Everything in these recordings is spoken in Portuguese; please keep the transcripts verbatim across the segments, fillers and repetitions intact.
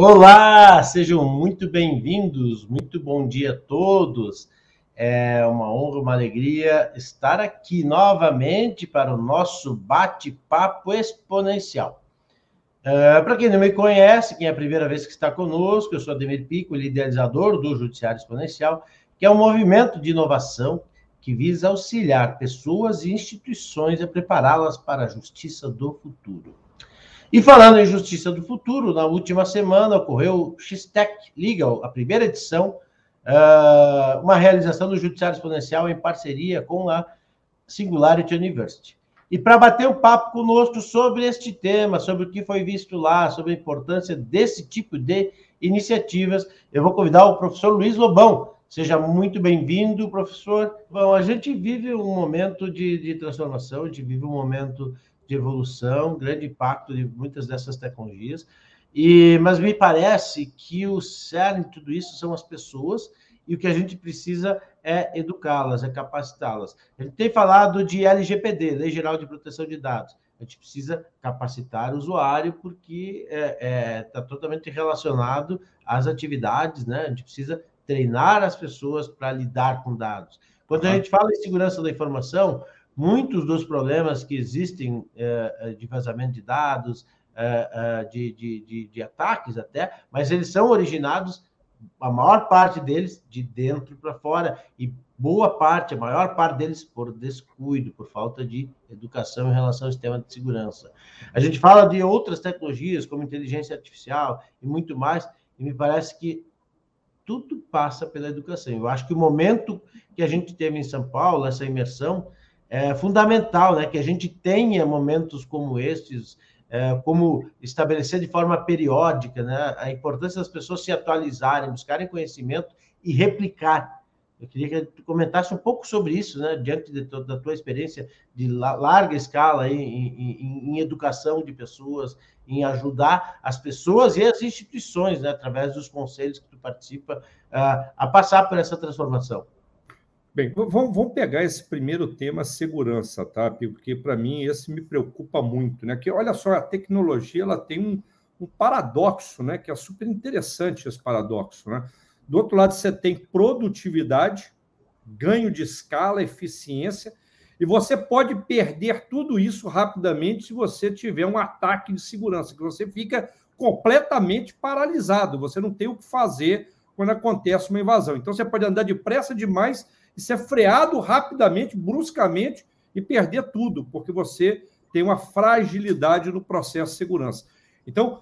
Olá, sejam muito bem-vindos, muito bom dia a todos. É uma honra, uma alegria estar aqui novamente para o nosso bate-papo exponencial. Uh, para quem não me conhece, quem é a primeira vez que está conosco, eu sou Ademir Pico, idealizador do Judiciário Exponencial, que é um movimento de inovação que visa auxiliar pessoas e instituições a prepará-las para a justiça do futuro. E falando em Justiça do Futuro, na última semana ocorreu o X-Tech Legal, a primeira edição, uma realização do Judiciário Exponencial em parceria com a Singularity University. E para bater um papo conosco sobre este tema, sobre o que foi visto lá, sobre a importância desse tipo de iniciativas, eu vou convidar o professor Luiz Lobão. Seja muito bem-vindo, professor. Bom, a gente vive um momento de, de transformação, a gente vive um momento de evolução, grande impacto de muitas dessas tecnologias, e, mas me parece que o cerne de tudo isso são as pessoas, e o que a gente precisa é educá-las, é capacitá-las. A gente tem falado de L G P D, Lei Geral de Proteção de Dados. A gente precisa capacitar o usuário, porque está é, é, tá totalmente relacionado às atividades, né? A gente precisa treinar as pessoas para lidar com dados. Quando a gente fala em segurança da informação, muitos dos problemas que existem é, de vazamento de dados, é, de, de, de, de ataques até, mas eles são originados, a maior parte deles, de dentro para fora, e boa parte, a maior parte deles, por descuido, por falta de educação em relação ao sistema de segurança. A gente fala de outras tecnologias, como inteligência artificial e muito mais, e me parece que tudo passa pela educação. Eu acho que o momento que a gente teve em São Paulo, essa imersão, é fundamental, né, que a gente tenha momentos como estes, é, como estabelecer de forma periódica, né, a importância das pessoas se atualizarem, buscarem conhecimento e replicar. Eu queria que tu comentasse um pouco sobre isso, né, diante de tu, da tua experiência de larga escala em, em, em educação de pessoas, em ajudar as pessoas e as instituições, né, através dos conselhos que tu participa, a, a passar por essa transformação. Bem, vamos, vamos pegar esse primeiro tema, segurança, tá? Porque, para mim, esse me preocupa muito, né? Que, olha só, a tecnologia ela tem um, um paradoxo, né? Que é super interessante esse paradoxo, né? Do outro lado, você tem produtividade, ganho de escala, eficiência, e você pode perder tudo isso rapidamente se você tiver um ataque de segurança, que você fica completamente paralisado, você não tem o que fazer quando acontece uma invasão. Então, você pode andar depressa demais e ser freado rapidamente, bruscamente, e perder tudo, porque você tem uma fragilidade no processo de segurança. Então,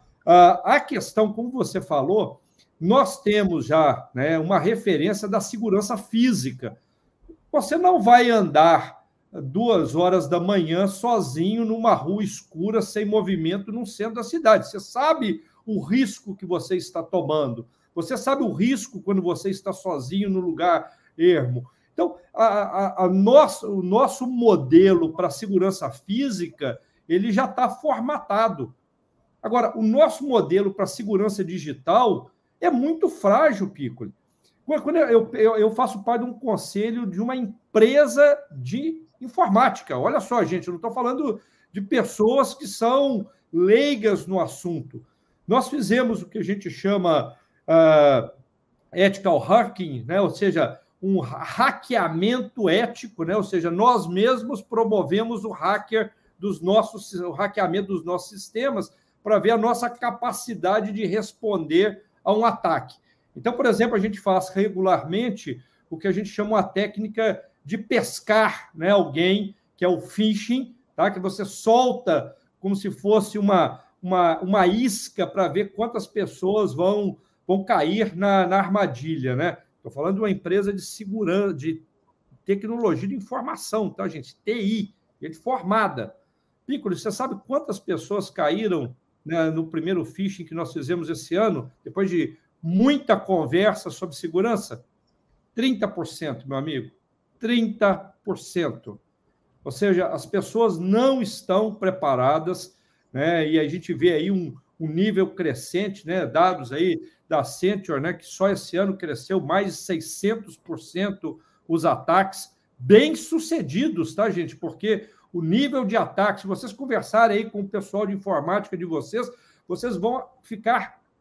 a questão, como você falou, nós temos já, né, uma referência da segurança física. Você não vai andar duas horas da manhã sozinho numa rua escura, sem movimento, no centro da cidade. Você sabe o risco que você está tomando. Você sabe o risco quando você está sozinho no lugar ermo. Então, a, a, a nosso, o nosso modelo para a segurança física, ele já está formatado. Agora, o nosso modelo para a segurança digital é muito frágil, Piccoli. Quando eu, eu, eu faço parte de um conselho de uma empresa de informática. Olha só, gente, eu não estou falando de pessoas que são leigas no assunto. Nós fizemos o que a gente chama uh, ethical hacking, né? Ou seja, um hackeamento ético, né? Ou seja, nós mesmos promovemos o hacker dos nossos, o hackeamento dos nossos sistemas para ver a nossa capacidade de responder a um ataque. Então, por exemplo, a gente faz regularmente o que a gente chama uma técnica de pescar, né, alguém, que é o phishing, tá? Que você solta como se fosse uma, uma, uma isca para ver quantas pessoas vão, vão cair na, na armadilha, né? Estou falando de uma empresa de segurança, de tecnologia de informação, tá, gente? T I, gente formada. Piccoli, você sabe quantas pessoas caíram, né, no primeiro phishing que nós fizemos esse ano, depois de muita conversa sobre segurança? trinta por cento, meu amigo. trinta por cento. Ou seja, as pessoas não estão preparadas, né? E a gente vê aí um, um nível crescente, né? Dados aí da Accenture, né? Que só esse ano cresceu mais de seiscentos por cento os ataques bem-sucedidos, tá, gente? Porque o nível de ataque, se vocês conversarem aí com o pessoal de informática de vocês, vocês vão ficar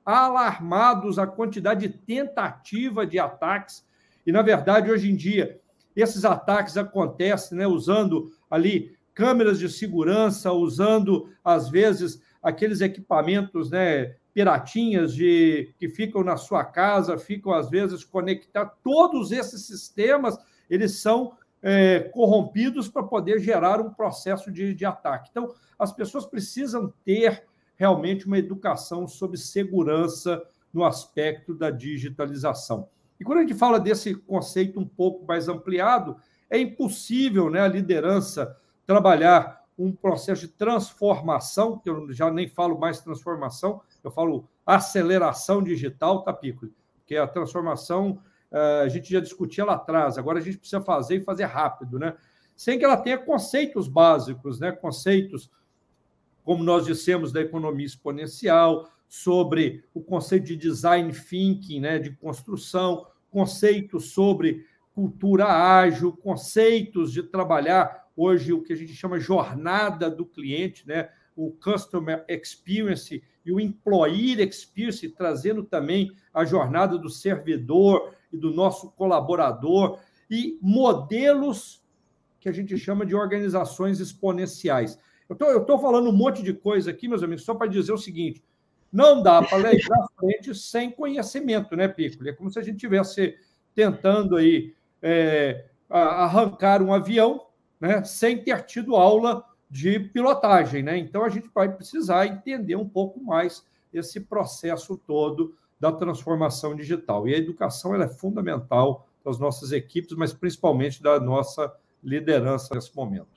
alarmados a quantidade de tentativa de ataques. E, na verdade, hoje em dia, esses ataques acontecem, né, usando ali câmeras de segurança, usando, às vezes, aqueles equipamentos, né, piratinhas de, que ficam na sua casa, ficam, às vezes, conectados. Todos esses sistemas, eles são é, corrompidos para poder gerar um processo de, de ataque. Então, as pessoas precisam ter realmente uma educação sobre segurança no aspecto da digitalização. E quando a gente fala desse conceito um pouco mais ampliado, é impossível, né, a liderança trabalhar um processo de transformação, que eu já nem falo mais transformação, eu falo aceleração digital, tá, Piccoli? Porque a transformação, a gente já discutia lá atrás, agora a gente precisa fazer e fazer rápido, né? Sem que ela tenha conceitos básicos, né? Conceitos, como nós dissemos, da economia exponencial, sobre o conceito de design thinking, né? De construção, conceitos sobre cultura ágil, conceitos de trabalhar hoje o que a gente chama jornada do cliente, né? O customer experience e o employee experience, trazendo também a jornada do servidor e do nosso colaborador, e modelos que a gente chama de organizações exponenciais. Eu tô, eu estou falando um monte de coisa aqui, meus amigos, só para dizer o seguinte: não dá para levar à frente sem conhecimento, né, Piccoli? É como se a gente estivesse tentando aí, é, arrancar um avião, né, sem ter tido aula de pilotagem, né? Então, a gente vai precisar entender um pouco mais esse processo todo da transformação digital. E a educação ela é fundamental das nossas equipes, mas principalmente da nossa liderança nesse momento.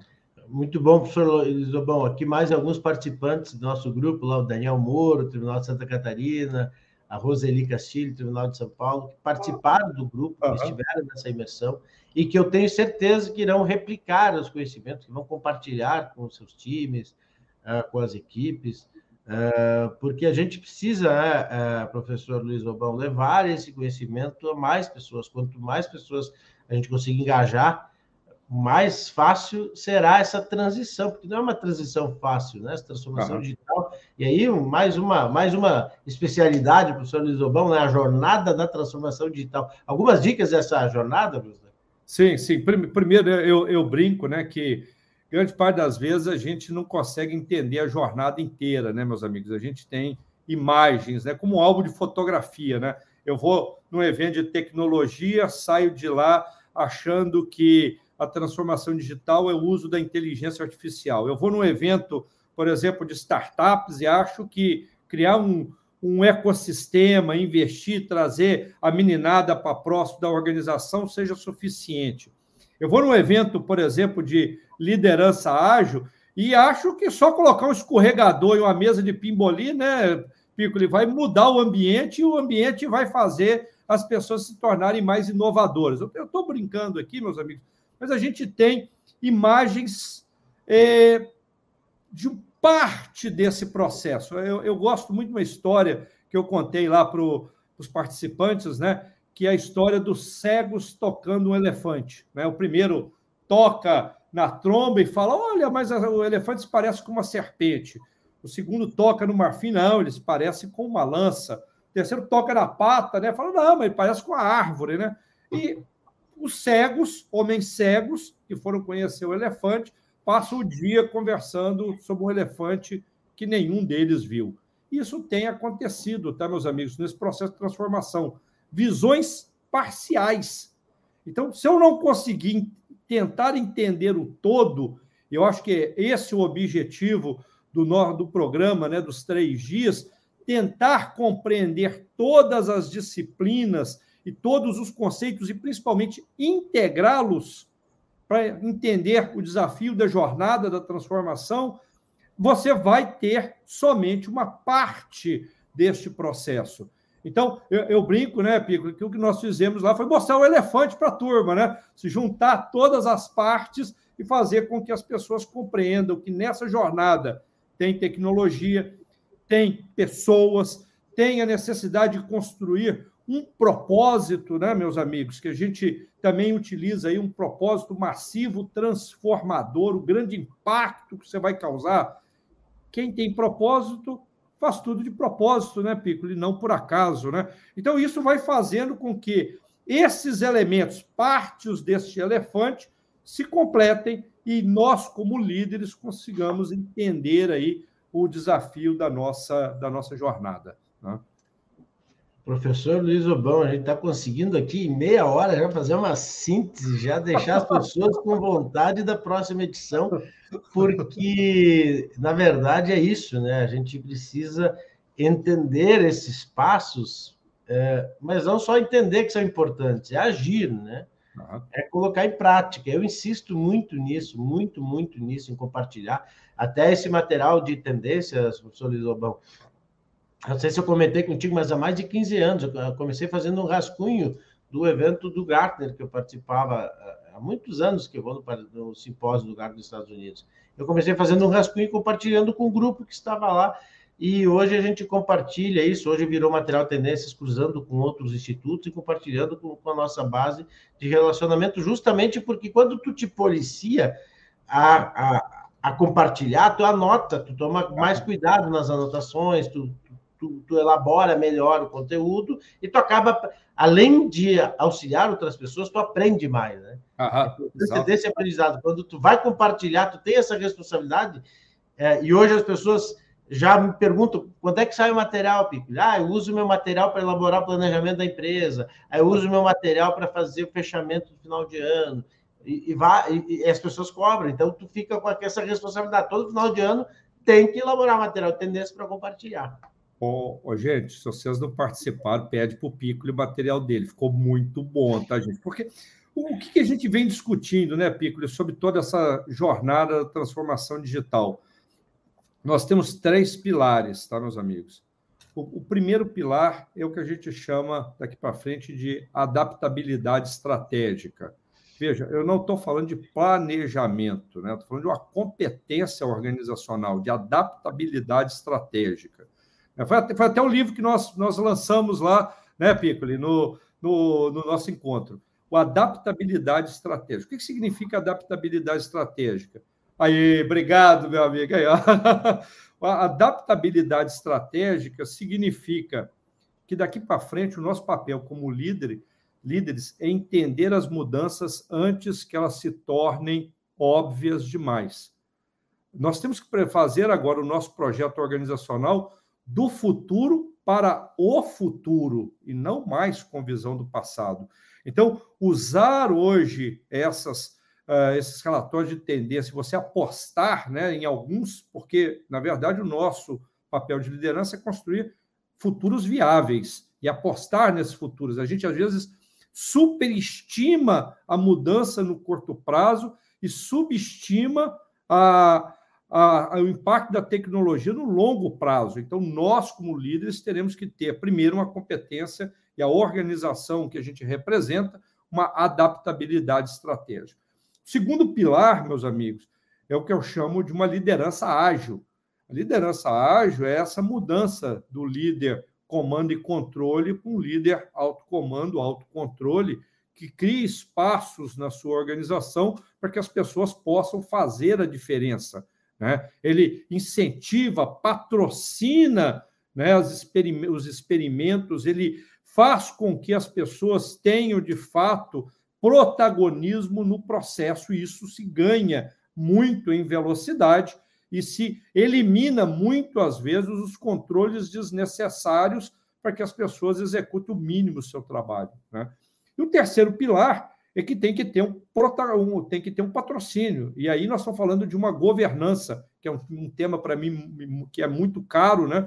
Muito bom, professor Lizobão. Aqui mais alguns participantes do nosso grupo, lá o Daniel Moro, Tribunal de Santa Catarina, a Roseli Castilho, Tribunal de São Paulo, que participaram do grupo, que uhum. estiveram nessa imersão, e que eu tenho certeza que irão replicar os conhecimentos, que vão compartilhar com os seus times, uh, com as equipes, uh, porque a gente precisa, uh, uh, professor Luiz Lobão, levar esse conhecimento a mais pessoas. Quanto mais pessoas a gente conseguir engajar, mais fácil será essa transição, porque não é uma transição fácil, né? Essa transformação uhum. digital. E aí, mais uma, mais uma especialidade, professor Luiz Lobão, né? A jornada da transformação digital. Algumas dicas dessa jornada, professor? Sim, sim. Primeiro, eu, eu brinco, né, que grande parte das vezes a gente não consegue entender a jornada inteira, né, meus amigos? A gente tem imagens, né, como um álbum de fotografia, né? Eu vou num evento de tecnologia, saio de lá achando que a transformação digital é o uso da inteligência artificial. Eu vou num evento, por exemplo, de startups e acho que criar um, um ecossistema, investir, trazer a meninada para próximo da organização seja suficiente. Eu vou num evento, por exemplo, de liderança ágil e acho que só colocar um escorregador e uma mesa de pimbolim, né, Piccoli, vai mudar o ambiente e o ambiente vai fazer as pessoas se tornarem mais inovadoras. Eu estou brincando aqui, meus amigos, mas a gente tem imagens é, de parte desse processo. Eu, eu gosto muito de uma história que eu contei lá para os participantes, né, que é a história dos cegos tocando um elefante. Né? O primeiro toca na tromba e fala, olha, mas o elefante se parece com uma serpente. O segundo toca no marfim, não, ele se parece com uma lança. O terceiro toca na pata, né? Fala, não, mas ele parece com a árvore, né? E os cegos, homens cegos, que foram conhecer o elefante, passam o dia conversando sobre um elefante que nenhum deles viu. Isso tem acontecido, tá, meus amigos, nesse processo de transformação. Visões parciais. Então, se eu não conseguir tentar entender o todo, eu acho que esse é o objetivo do, do programa, né, dos três dias, tentar compreender todas as disciplinas e todos os conceitos e, principalmente, integrá-los para entender o desafio da jornada da transformação, você vai ter somente uma parte deste processo. Então, eu, eu brinco, né, Pico, que o que nós fizemos lá foi mostrar o elefante para a turma, né? Se juntar todas as partes e fazer com que as pessoas compreendam que nessa jornada tem tecnologia, tem pessoas, tem a necessidade de construir um propósito, né, meus amigos, que a gente também utiliza aí um propósito massivo, transformador, o grande impacto que você vai causar. Quem tem propósito faz tudo de propósito, né, Piccoli? E não por acaso, né? Então, isso vai fazendo com que esses elementos, partes deste elefante, se completem e nós, como líderes, consigamos entender aí o desafio da nossa, da nossa jornada, né? Professor Luiz Obão, a gente está conseguindo aqui em meia hora já fazer uma síntese, já deixar as pessoas com vontade da próxima edição, porque, na verdade, é isso, né? A gente precisa entender esses passos, é, mas não só entender que são importantes, é agir, né? Uhum. É colocar em prática. Eu insisto muito nisso, muito, muito nisso, em compartilhar. Até esse material de tendências, professor Luiz Obão, não sei se eu comentei contigo, mas há mais de quinze anos, eu comecei fazendo um rascunho do evento do Gartner, que eu participava há muitos anos, que eu vou no, no simpósio do Gartner dos Estados Unidos. Eu comecei fazendo um rascunho e compartilhando com o grupo que estava lá, e hoje a gente compartilha isso, hoje virou material tendências, cruzando com outros institutos e compartilhando com, com a nossa base de relacionamento, justamente porque quando tu te policia a, a, a compartilhar, tu anota, tu toma mais cuidado nas anotações, tu Tu, tu elabora melhor o conteúdo e tu acaba, além de auxiliar outras pessoas, tu aprende mais, né? Aham, é desse aprendizado. Quando tu vai compartilhar, tu tem essa responsabilidade, é, e hoje as pessoas já me perguntam, quando é que sai o material, Pico? Ah, eu uso o meu material para elaborar o planejamento da empresa, aí eu uso o meu material para fazer o fechamento do final de ano, e, e, vai, e, e as pessoas cobram, então tu fica com essa responsabilidade. Todo final de ano tem que elaborar material de tendência para compartilhar. Oh, oh, gente, se vocês não participaram, pede para o Piccoli o material dele. Ficou muito bom, tá, gente? Porque o, o que, que a gente vem discutindo, né, Piccoli, sobre toda essa jornada da transformação digital? Nós temos três pilares, tá, meus amigos? O, o primeiro pilar é o que a gente chama, daqui para frente, de adaptabilidade estratégica. Veja, eu não estou falando de planejamento, né? Estou falando de uma competência organizacional, de adaptabilidade estratégica. Foi até, foi até um livro que nós, nós lançamos lá, né, Piccoli, no, no, no nosso encontro. O Adaptabilidade Estratégica. O que significa adaptabilidade estratégica? Aí, obrigado, meu amigo. Aí, a adaptabilidade estratégica significa que daqui para frente o nosso papel como líder, líderes é entender as mudanças antes que elas se tornem óbvias demais. Nós temos que fazer agora o nosso projeto organizacional do futuro para o futuro, e não mais com visão do passado. Então, usar hoje essas, uh, esses relatórios de tendência, você apostar, né, em alguns, porque, na verdade, o nosso papel de liderança é construir futuros viáveis e apostar nesses futuros. A gente, às vezes, superestima a mudança no curto prazo e subestima a A, a, o impacto da tecnologia no longo prazo. Então, nós, como líderes, teremos que ter, primeiro, uma competência e a organização que a gente representa, uma adaptabilidade estratégica. O segundo pilar, meus amigos, é o que eu chamo de uma liderança ágil. A liderança ágil é essa mudança do líder comando e controle para um líder autocomando, autocontrole, que crie espaços na sua organização para que as pessoas possam fazer a diferença. Né? Ele incentiva, patrocina, né, os, experim- os experimentos, ele faz com que as pessoas tenham, de fato, protagonismo no processo, e isso se ganha muito em velocidade e se elimina muito, às vezes, os controles desnecessários para que as pessoas executem o mínimo do seu trabalho. Né? E o terceiro pilar é que tem que ter um, um, tem que ter um patrocínio. E aí nós estamos falando de uma governança, que é um, um tema para mim que é muito caro, né?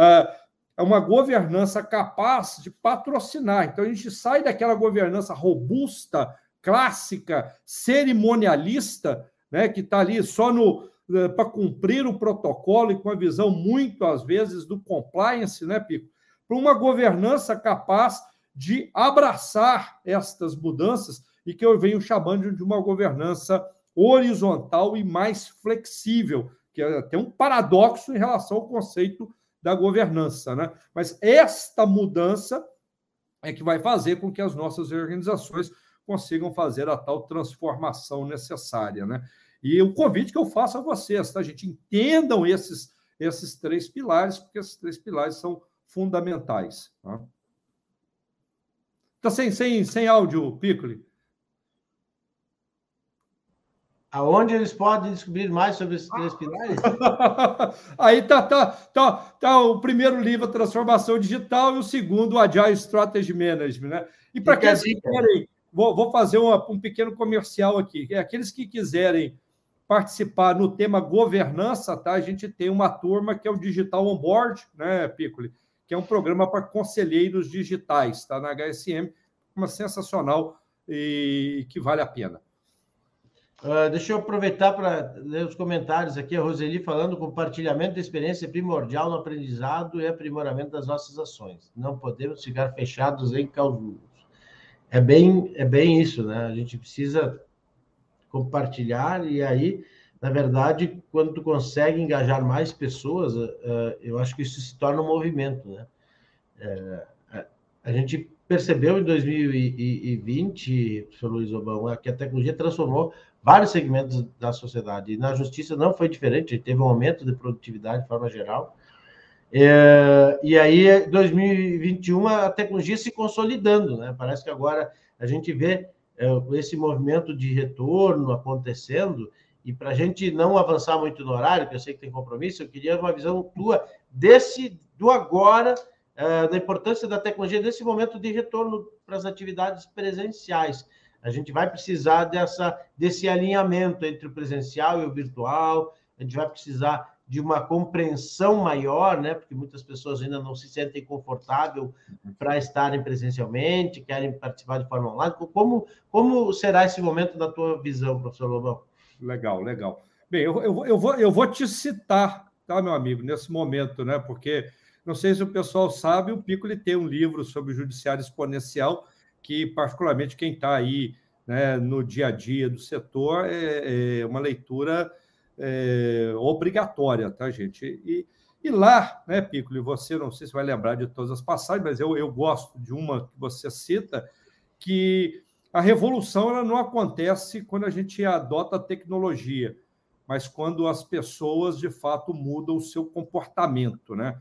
É uma governança capaz de patrocinar. Então, a gente sai daquela governança robusta, clássica, cerimonialista, né? Que está ali só no para cumprir o protocolo e com a visão, muito, às vezes, do compliance, né, Pico? Para uma governança capaz de abraçar estas mudanças e que eu venho chamando de uma governança horizontal e mais flexível, que é até um paradoxo em relação ao conceito da governança, né? Mas esta mudança é que vai fazer com que as nossas organizações consigam fazer a tal transformação necessária, né? E o convite que eu faço a vocês, tá, gente? Entendam esses, esses três pilares, porque esses três pilares são fundamentais. Tá? Tá sem, sem, sem áudio, Piccoli? Aonde eles podem descobrir mais sobre esses três pilares? Aí tá, tá, tá, tá o primeiro livro, a Transformação Digital, e o segundo, o Agile Strategy Management. Né? E para aqueles que querem, vou, vou fazer uma, um pequeno comercial aqui. É aqueles que quiserem participar no tema governança, tá? A gente tem uma turma que é o Digital On Board, né, Piccoli? Que é um programa para conselheiros digitais, tá? Na H S M, uma sensacional e que vale a pena. Uh, deixa eu aproveitar para ler os comentários aqui. A Roseli falando: compartilhamento de experiência primordial no aprendizado e aprimoramento das nossas ações. Não podemos ficar fechados em clausuras. É bem, é bem isso, né? A gente precisa compartilhar e aí, na verdade, quando tu consegue engajar mais pessoas, uh, eu acho que isso se torna um movimento, né? Uh, a gente percebeu em dois mil e vinte, professor Luiz Obão, que a tecnologia transformou vários segmentos da sociedade. E na justiça não foi diferente, teve um aumento de produtividade de forma geral. É, e aí, em dois mil e vinte e um, a tecnologia se consolidando, né? Parece que agora a gente vê é, esse movimento de retorno acontecendo, e para a gente não avançar muito no horário, que eu sei que tem compromisso, eu queria uma visão tua desse, do agora, é, da importância da tecnologia nesse momento de retorno para as atividades presenciais. A gente vai precisar dessa, desse alinhamento entre o presencial e o virtual, a gente vai precisar de uma compreensão maior, né? Porque muitas pessoas ainda não se sentem confortáveis para estarem presencialmente, querem participar de forma online. Como, como será esse momento na tua visão, professor Lobão? Legal, legal. Bem, eu, eu, eu, vou, eu vou te citar, tá, meu amigo, nesse momento, né? Porque, não sei se o pessoal sabe, o Piccoli tem um livro sobre o judiciário exponencial, que, particularmente, quem está aí, né, no dia a dia do setor, é, é uma leitura é, obrigatória, tá, gente? E, e lá, né, Piccoli, você, não sei se vai lembrar de todas as passagens, mas eu, eu gosto de uma que você cita, que a revolução ela não acontece quando a gente adota a tecnologia, mas quando as pessoas, de fato, mudam o seu comportamento, né?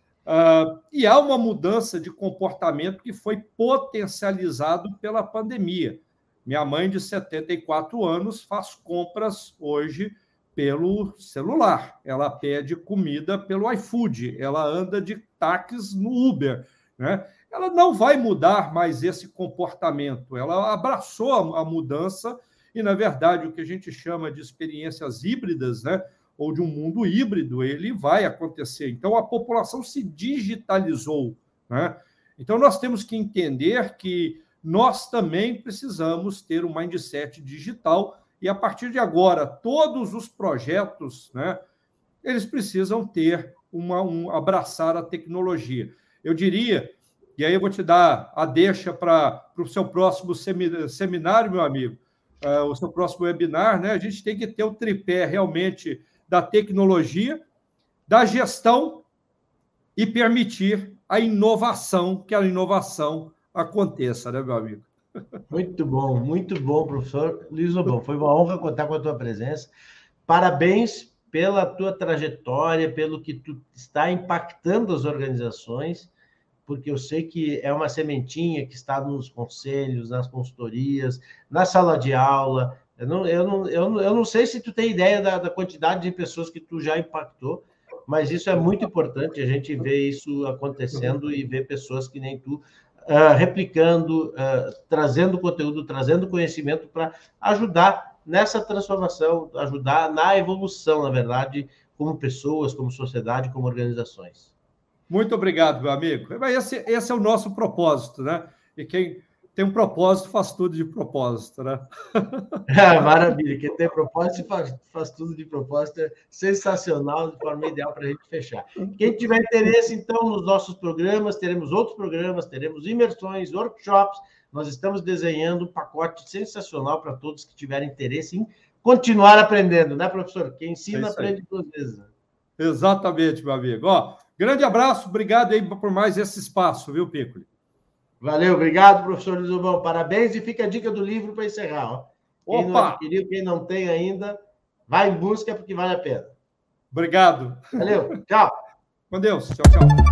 Uh, e há uma mudança de comportamento que foi potencializado pela pandemia. Minha mãe, de setenta e quatro anos, faz compras hoje pelo celular. Ela pede comida pelo iFood, ela anda de táxis no Uber, né? Ela não vai mudar mais esse comportamento. Ela abraçou a mudança e, na verdade, o que a gente chama de experiências híbridas, né? Ou de um mundo híbrido, ele vai acontecer. Então, a população se digitalizou, né? Então, nós temos que entender que nós também precisamos ter um mindset digital e, a partir de agora, todos os projetos, né, eles precisam ter uma, um, abraçar a tecnologia. Eu diria, e aí eu vou te dar a deixa para o seu próximo seminário, meu amigo, uh, o seu próximo webinar, né? A gente tem que ter o tripé realmente da tecnologia, da gestão e permitir a inovação, que a inovação aconteça, né, meu amigo? Muito bom, muito bom, professor Luiz Lobão. Foi uma honra contar com a tua presença. Parabéns pela tua trajetória, pelo que tu está impactando as organizações, porque eu sei que é uma sementinha que está nos conselhos, nas consultorias, na sala de aula. Eu não, eu não, eu não, eu não sei se tu tem ideia da, da quantidade de pessoas que tu já impactou, mas isso é muito importante, a gente vê isso acontecendo e ver pessoas que nem tu uh, replicando, uh, trazendo conteúdo, trazendo conhecimento para ajudar nessa transformação, ajudar na evolução, na verdade, como pessoas, como sociedade, como organizações. Muito obrigado, meu amigo. Esse, esse é o nosso propósito, né? E quem tem um propósito faz tudo de propósito, né? Ah, maravilha. Quem tem propósito faz, faz tudo de propósito. É sensacional, de forma ideal para a gente fechar. Quem tiver interesse, então, nos nossos programas, teremos outros programas, teremos imersões, workshops. Nós estamos desenhando um pacote sensacional para todos que tiverem interesse em continuar aprendendo, né, professor? Quem ensina, é aprende duas vezes. Né? Exatamente, meu amigo. Ó, grande abraço, obrigado aí por mais esse espaço, viu, Piccoli? Valeu, obrigado, professor Luiz Lobão. Parabéns e fica a dica do livro para encerrar. Ó. Quem Opa! não adquiriu, quem não tem ainda, vai em busca porque vale a pena. Obrigado. Valeu, tchau. Com Deus. Tchau, tchau.